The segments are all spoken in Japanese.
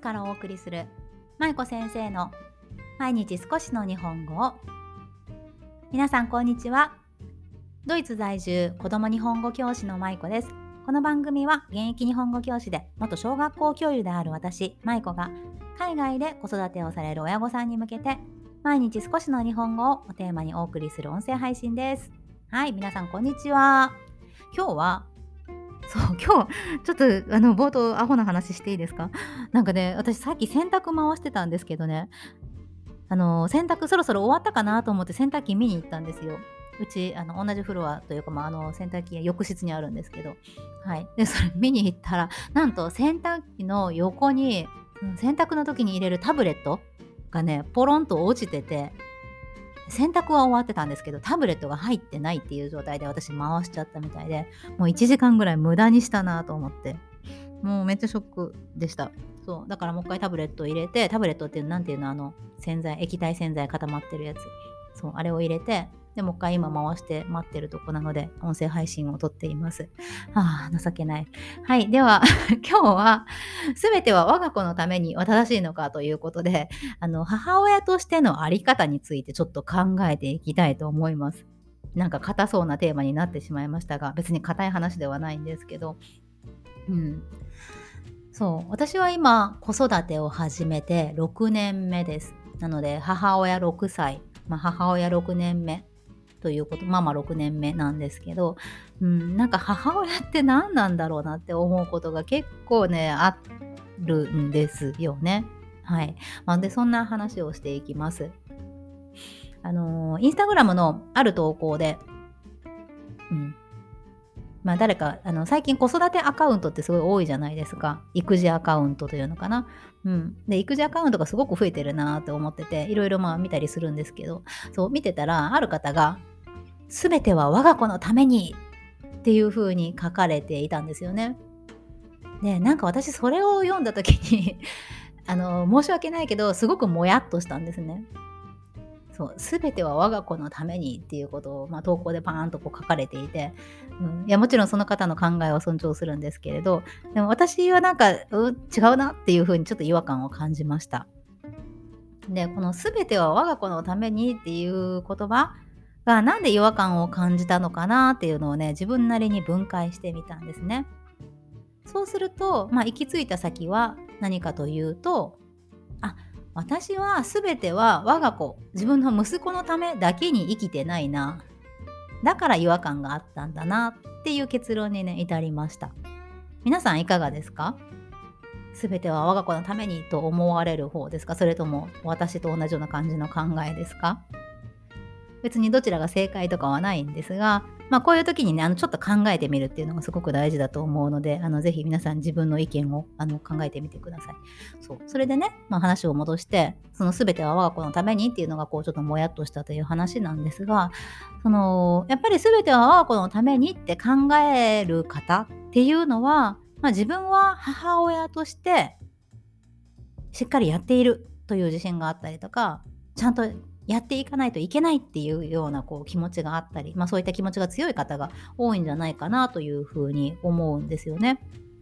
からお送りするまいこ先生の毎日少しの日本語を。皆さんこんにちは。ドイツ在住子ども日本語教師のまいこです。この番組は現役日本語教師で元小学校教諭である私まいこが海外で子育てをされる親御さんに向けて毎日少しの日本語をテーマにお送りする音声配信です。はい、皆さんこんにちは。今日ちょっと冒頭アホな話していいですか？なんかね、私さっき洗濯回してたんですけどね、洗濯そろそろ終わったかなと思って洗濯機見に行ったんですよ。うち同じフロアというか、洗濯機が浴室にあるんですけど、はい。でそれ見に行ったら、なんと洗濯機の横に、洗濯の時に入れるタブレットがね、ポロンと落ちてて、洗濯は終わってたんですけど、タブレットが入ってないっていう状態で私回しちゃったみたいで、もう1時間ぐらい無駄にしたなと思って、もうめっちゃショックでした。そうだからもう一回タブレットを入れて、タブレットっていうのなんていうの、洗剤、液体洗剤固まってるやつ、そうあれを入れて、でもう一回今回して待ってるとこなので音声配信を撮っています。情けない。はい、では今日は全ては我が子のためには正しいのかということで、母親としてのあり方についてちょっと考えていきたいと思います。なんか硬そうなテーマになってしまいましたが、別に硬い話ではないんですけど、そう私は今子育てを始めて6年目です。なので母親6歳、母親6年目ということ、ママ6年目なんですけど、なんか母親って何なんだろうなって思うことが結構ねあるんですよね。はい。でそんな話をしていきます。インスタグラムのある投稿で、誰か最近子育てアカウントってすごい多いじゃないですか。育児アカウントというのかな。で育児アカウントがすごく増えてるなって思ってて、いろいろ見たりするんですけど、そう見てたらある方が全ては我が子のためにっていう風に書かれていたんですよね。でなんか私それを読んだ時に申し訳ないけどすごくもやっとしたんですね。そう全ては我が子のためにっていうことを、投稿でパーンとこう書かれていて、いやもちろんその方の考えを尊重するんですけれど、でも私はなんか違うなっていう風にちょっと違和感を感じました。でこの全ては我が子のためにっていう言葉がなんで違和感を感じたのかなっていうのをね、自分なりに分解してみたんですね。そうすると、行き着いた先は何かというと、私は全ては我が子、自分の息子のためだけに生きてないな。だから違和感があったんだなっていう結論にね、至りました。皆さんいかがですか？全ては我が子のためにと思われる方ですか？それとも私と同じような感じの考えですか？別にどちらが正解とかはないんですが、こういう時にね、ちょっと考えてみるっていうのがすごく大事だと思うので、ぜひ皆さん自分の意見を考えてみてください。それでね、話を戻して、その全ては我が子のためにっていうのがこうちょっともやっとしたという話なんですが、やっぱり全ては我が子のためにって考える方っていうのは、自分は母親としてしっかりやっているという自信があったりとか、ちゃんとやっていかないといけないっていうようなこう気持ちがあったり、そういった気持ちが強い方が多いんじゃないかなというふうに思うんですよね。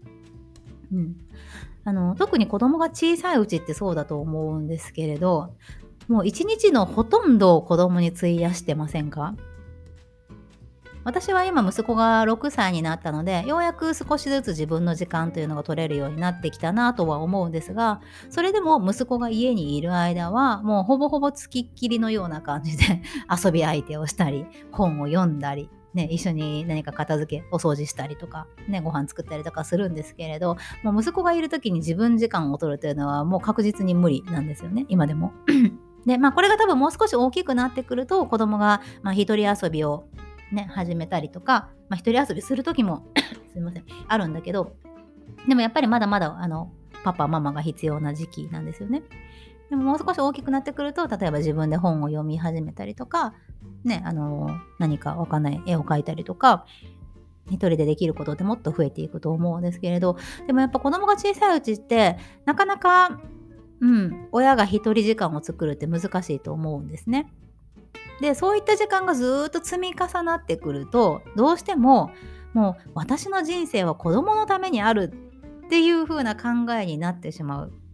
特に子供が小さいうちってそうだと思うんですけれど、もう一日のほとんどを子供に費やしてませんか？私は今息子が6歳になったので、ようやく少しずつ自分の時間というのが取れるようになってきたなとは思うんですが、それでも息子が家にいる間はもうほぼほぼつきっきりのような感じで遊び相手をしたり、本を読んだり、一緒に何か片付け、お掃除したりとか、ご飯作ったりとかするんですけれど、もう息子がいる時に自分時間を取るというのはもう確実に無理なんですよね、今でも。で、これが多分もう少し大きくなってくると、子供が一人遊びを始めたりとか、一人遊びする時もすいません、あるんだけど、でもやっぱりまだまだパパママが必要な時期なんですよね。でももう少し大きくなってくると、例えば自分で本を読み始めたりとか、何かわかんない絵を描いたりとか、一人でできることってもっと増えていくと思うんですけれど、でもやっぱ子供が小さいうちってなかなか、親が一人時間を作るって難しいと思うんですね。でそういった時間がずっと積み重なってくると、どうしてももう私の人生は子供のためにあるっていう風な考えになってしまう。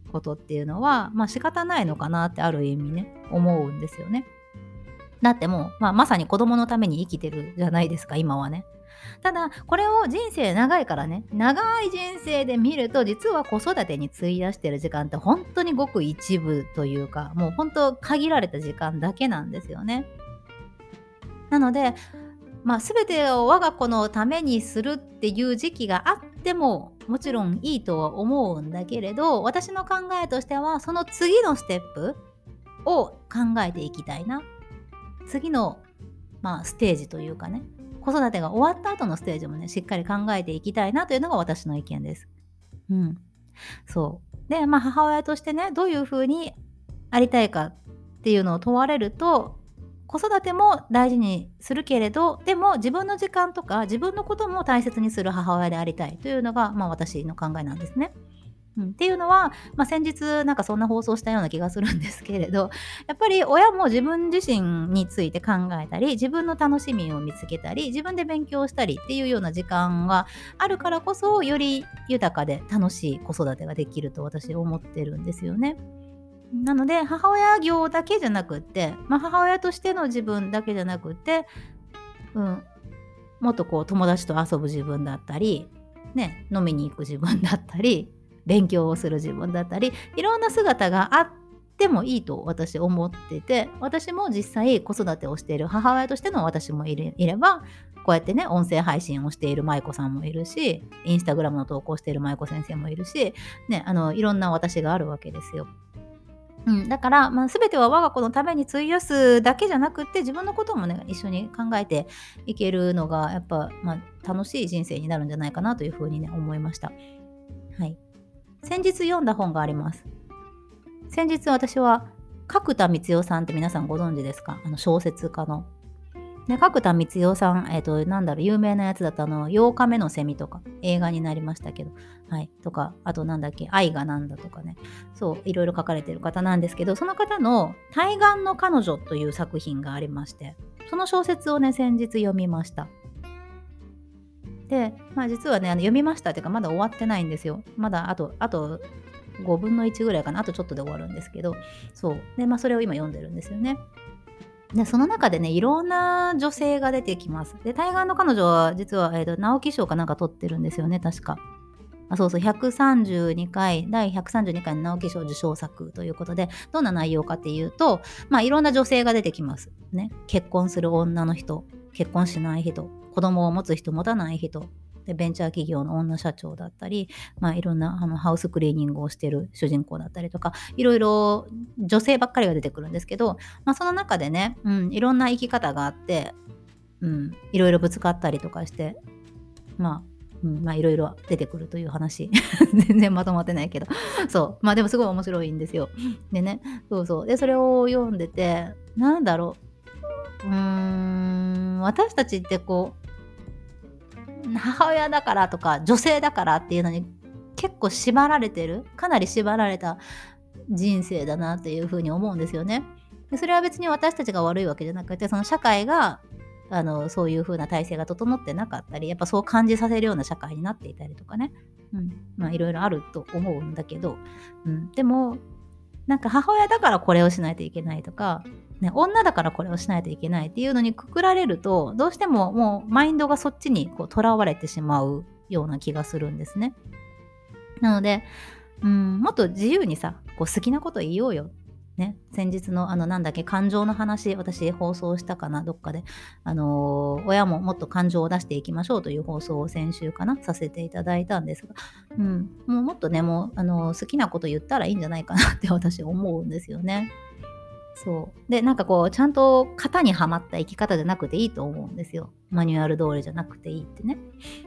ことっていうのは、仕方ないのかなってある意味ね、思うんですよね。だってもう、まさに子供のために生きてるじゃないですか、今はね。ただ、これを人生長いからね、長い人生で見ると、実は子育てに費やしてる時間って本当にごく一部というか、もう本当限られた時間だけなんですよね。なので、全てを我が子のためにするっていう時期があっても、もちろんいいとは思うんだけれど、私の考えとしては、その次のステップを考えていきたいな。次の、ステージというかね、子育てが終わった後のステージもね、しっかり考えていきたいなというのが私の意見です。うん。そう。で、母親としてね、どういう風にありたいかっていうのを問われると、子育ても大事にするけれど、でも自分の時間とか自分のことも大切にする母親でありたいというのが、私の考えなんですね。っていうのは、先日なんかそんな放送したような気がするんですけれど、やっぱり親も自分自身について考えたり、自分の楽しみを見つけたり、自分で勉強したりっていうような時間があるからこそ、より豊かで楽しい子育てができると私思ってるんですよね。なので、母親業だけじゃなくって、母親としての自分だけじゃなくって、うん、もっと友達と遊ぶ自分だったり、ね、飲みに行く自分だったり、勉強をする自分だったり、いろんな姿があってもいいと私思ってて、私も実際子育てをしている母親としての私もいれば、こうやってね、音声配信をしている舞子さんもいるし、インスタグラムの投稿している舞子先生もいるし、ね、いろんな私があるわけですよ。だから、全ては我が子のために費やすだけじゃなくって、自分のこともね、一緒に考えていけるのが、やっぱ、楽しい人生になるんじゃないかなというふうにね、思いました。はい。先日読んだ本があります。先日私は、角田光代さんって皆さんご存知ですか？小説家の。で、角田光代さん、有名なやつだと8日目のセミとか、映画になりましたけど、はい、とか、あと愛がなんだとかね、そう、いろいろ書かれてる方なんですけど、その方の対岸の彼女という作品がありまして、その小説をね、先日読みました。で、実はね、読みましたっていうか、まだ終わってないんですよ。まだあと5分の1ぐらいかな、あとちょっとで終わるんですけど、そう。で、それを今読んでるんですよね。で、その中でね、いろんな女性が出てきます。で、対岸の彼女は実は、直木賞かなんか取ってるんですよね、確か。そうそう、第132回の直木賞受賞作ということで、どんな内容かっていうと、いろんな女性が出てきます。ね。結婚する女の人、結婚しない人、子供を持つ人、持たない人、でベンチャー企業の女社長だったり、いろんなハウスクリーニングをしてる主人公だったりとか、いろいろ女性ばっかりが出てくるんですけど、その中でね、いろんな生き方があって、いろいろぶつかったりとかして、いろいろ出てくるという話全然まとまってないけどそう、でもすごい面白いんですよ。でね、そうそう、でそれを読んでて、私たちって母親だからとか女性だからっていうのに結構縛られてる、かなり縛られた人生だなっていうふうに思うんですよね。でそれは別に私たちが悪いわけじゃなくて、その社会がそういう風な体制が整ってなかったり、やっぱそう感じさせるような社会になっていたりとかね、いろいろあると思うんだけど、でも母親だからこれをしないといけないとか、ね、女だからこれをしないといけないっていうのにくくられると、どうしてももうマインドがそっちにとらわれてしまうような気がするんですね。なので、もっと自由にさ、好きなこと言おうよ。ね、先日の感情の話、私放送したかな、どっかで。親ももっと感情を出していきましょうという放送を先週かな、させていただいたんですが、もうもっとね、好きなこと言ったらいいんじゃないかなって私思うんですよね。そう。で、ちゃんと型にはまった生き方じゃなくていいと思うんですよ。マニュアル通りじゃなくていいってね。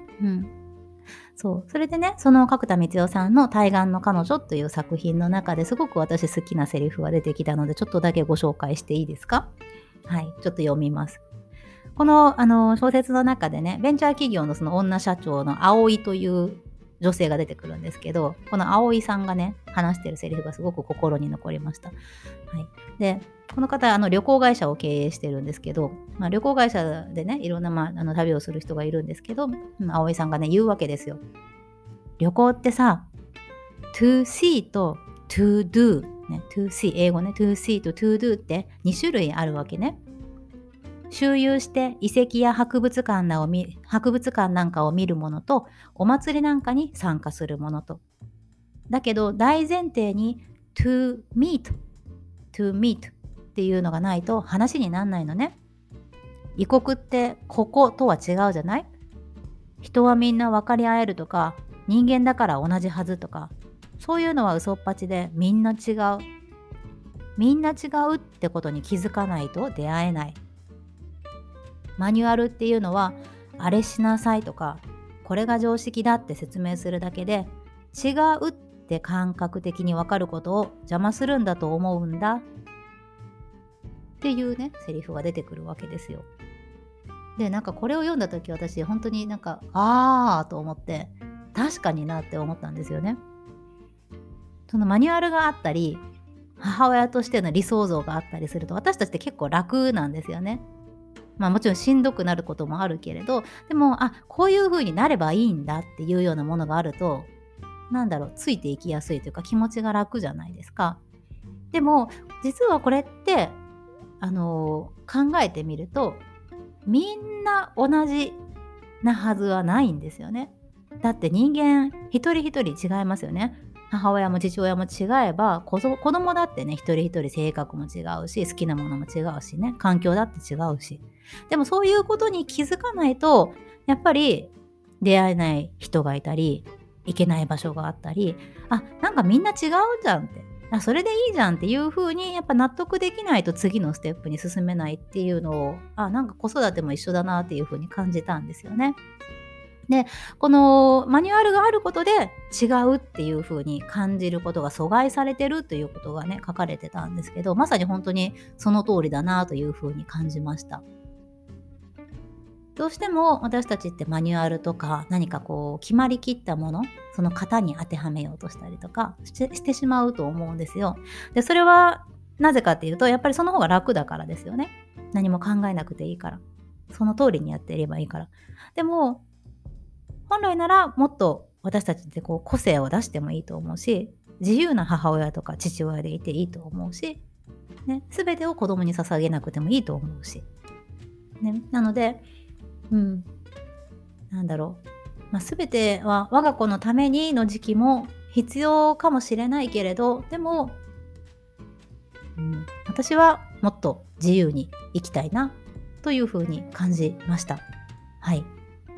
そう。それでね、その角田光代さんの対岸の彼女という作品の中ですごく私好きなセリフが出てきたので、ちょっとだけご紹介していいですか？はい。ちょっと読みます。この、小説の中でね、ベンチャー企業のその女社長の葵という女性が出てくるんですけど、この葵さんがね、話してるセリフがすごく心に残りました。はい。で、この方、旅行会社を経営してるんですけど、旅行会社でね、いろんな、旅をする人がいるんですけど、葵さんがね、言うわけですよ。旅行ってさ、to see と to do、ね、to see、英語ね、to see と to do って2種類あるわけね。周遊して遺跡や博物館なんかを見るものと、お祭りなんかに参加するものと。だけど大前提に to meet っていうのがないと話にならないのね。異国ってこことは違うじゃない？人はみんな分かり合えるとか、人間だから同じはずとか、そういうのは嘘っぱちで、みんな違うってことに気づかないと出会えない。マニュアルっていうのは、あれしなさいとか、これが常識だって説明するだけで、違うって感覚的に分かることを邪魔するんだと思うんだっていうね、セリフが出てくるわけですよ。で、なんかこれを読んだ時、私本当になんかと思って、確かになって思ったんですよね。そのマニュアルがあったり、母親としての理想像があったりすると、私たちって結構楽なんですよね。もちろんしんどくなることもあるけれど、でもこういう風になればいいんだっていうようなものがあると、ついていきやすいというか、気持ちが楽じゃないですか。でも実はこれって考えてみると、みんな同じなはずはないんですよね。だって人間一人一人違いますよね。母親も父親も違えば、子供だってね、一人一人性格も違うし、好きなものも違うしね、環境だって違うし。でもそういうことに気づかないと、やっぱり出会えない人がいたり、行けない場所があったり、なんかみんな違うじゃんって。それでいいじゃんっていう風にやっぱ納得できないと次のステップに進めないっていうのを、なんか子育ても一緒だなっていう風に感じたんですよね。で、このマニュアルがあることで違うっていう風に感じることが阻害されてるということがね、書かれてたんですけど、まさに本当にその通りだなという風に感じました。どうしても私たちってマニュアルとか何か決まりきったもの、その型に当てはめようとしたりとかしてしまうと思うんですよ。で、それはなぜかっていうと、やっぱりその方が楽だからですよね。何も考えなくていいから。その通りにやっていればいいから。でも本来ならもっと私たちって個性を出してもいいと思うし、自由な母親とか父親でいていいと思うし、ね、全てを子供に捧げなくてもいいと思うし、ね、なので全ては我が子のためにの時期も必要かもしれないけれど、でも、私はもっと自由に生きたいなというふうに感じました。はい。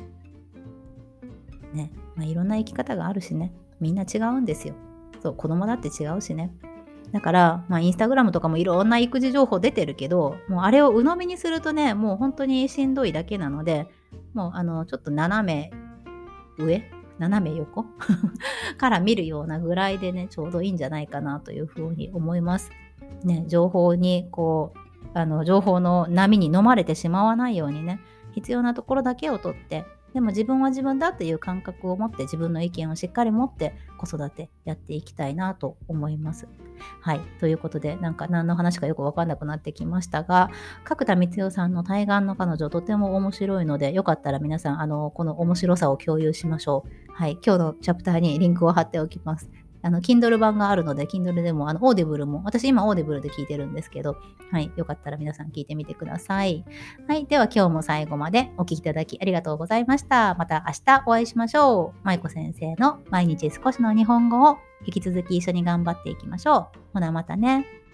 ね、いろんな生き方があるしね、みんな違うんですよ。そう、子供だって違うしね。だから、インスタグラムとかもいろんな育児情報出てるけど、もうあれを鵜呑みにするとね、もう本当にしんどいだけなので、もうちょっと斜め横から見るようなぐらいでね、ちょうどいいんじゃないかなというふうに思います。ね、情報に情報の波に飲まれてしまわないようにね、必要なところだけを取って、でも自分は自分だっていう感覚を持って、自分の意見をしっかり持って子育てやっていきたいなと思います。はい。ということで、何の話かよくわかんなくなってきましたが、角田光代さんの対岸の彼女、とても面白いので、よかったら皆さん、この面白さを共有しましょう。はい。今日のチャプターにリンクを貼っておきます。Kindle 版があるので、Kindle でも、オーディブルも、私今オーディブルで聞いてるんですけど、はい。よかったら皆さん聞いてみてください。はい。では今日も最後までお聞きいただきありがとうございました。また明日お会いしましょう。舞子先生の毎日少しの日本語を引き続き一緒に頑張っていきましょう。ほなまたね。